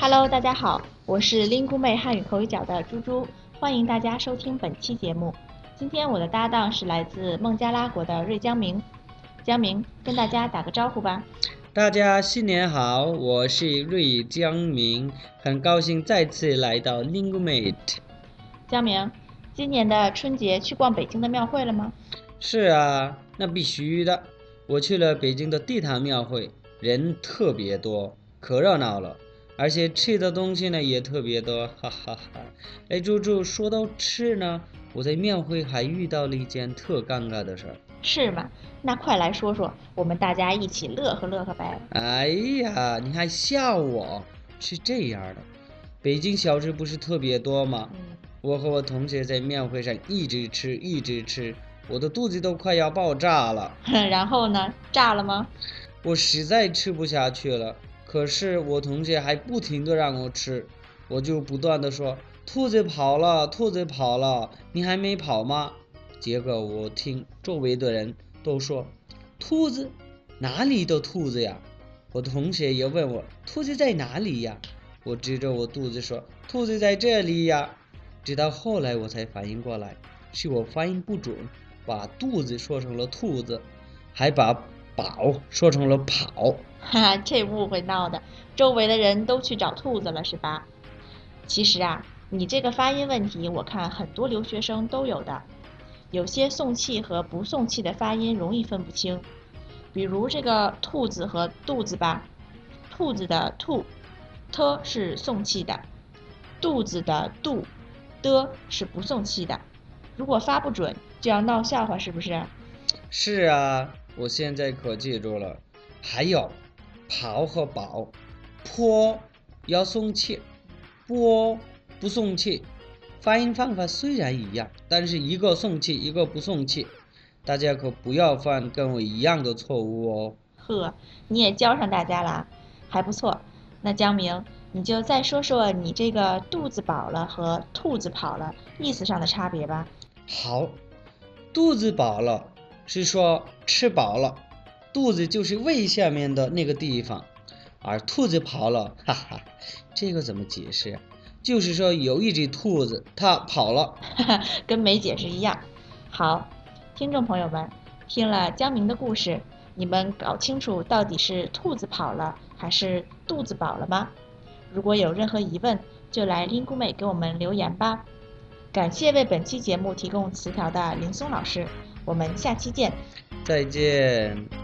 Hello，大家好，我是林姑妹汉语口语角的猪猪，欢迎大家收听本期节目。今天我的搭档是来自孟加拉国的瑞江明，江明跟大家打个招呼吧。 大家新年好，我是瑞江明，很高兴再次来到 Lingumate。 江明，今年的春节去逛北京的庙会了吗？ 是啊，那必须的。我去了北京的地坛庙会，人特别多，可热闹了，而且吃的东西呢也特别多，哈哈哈。哎，猪猪，说到吃呢，我在庙会还遇到了一件特尴尬的事儿。 是吗？那快来说说，我们大家一起乐呵乐呵呗。 哎呀，你还笑我？是这样的，北京小吃不是特别多吗？我和我同学在庙会上一直吃，我的肚子都快要爆炸了。 然后呢？炸了吗？ 我实在吃不下去了，可是我同学还不停地让我吃，我就不断地说：兔子跑了，兔子跑了，你还没跑吗？结果我听周围的人都说：兔子？哪里的兔子呀？我同学也问我：兔子在哪里呀？我指着我肚子说：兔子在这里呀。直到后来我才反应过来，是我发音不准，把肚子说成了兔子，还把跑说成了跑。 哈哈，这误会闹的，周围的人都去找兔子了是吧？其实啊，你这个发音问题，我看很多留学生都有的。有些送气和不送气的发音容易分不清，比如这个兔子和肚子吧，兔子的兔，t 是送气的，肚子的肚的是不送气的。如果发不准，就要闹笑话，是不是？ 是啊，我现在可记住了。还有，跑和保，坡要送气，波不送气。发音方法虽然一样，但是一个送气，一个不送气，大家可不要犯跟我一样的错误哦。 呵，你也教上大家啦，还不错。那江明，你就再说说你这个肚子饱了和兔子跑了意思上的差别吧。 好，肚子饱了是说吃饱了，肚子就是胃下面的那个地方，而兔子跑了，哈哈，这个怎么解释啊？就是说有一只兔子，它跑了。 跟没解释一样。好，听众朋友们，听了江明的故事，你们搞清楚到底是兔子跑了还是肚子饱了吗？如果有任何疑问，就来林姑妹给我们留言吧。感谢为本期节目提供词条的林松老师，我们下期见。 再见。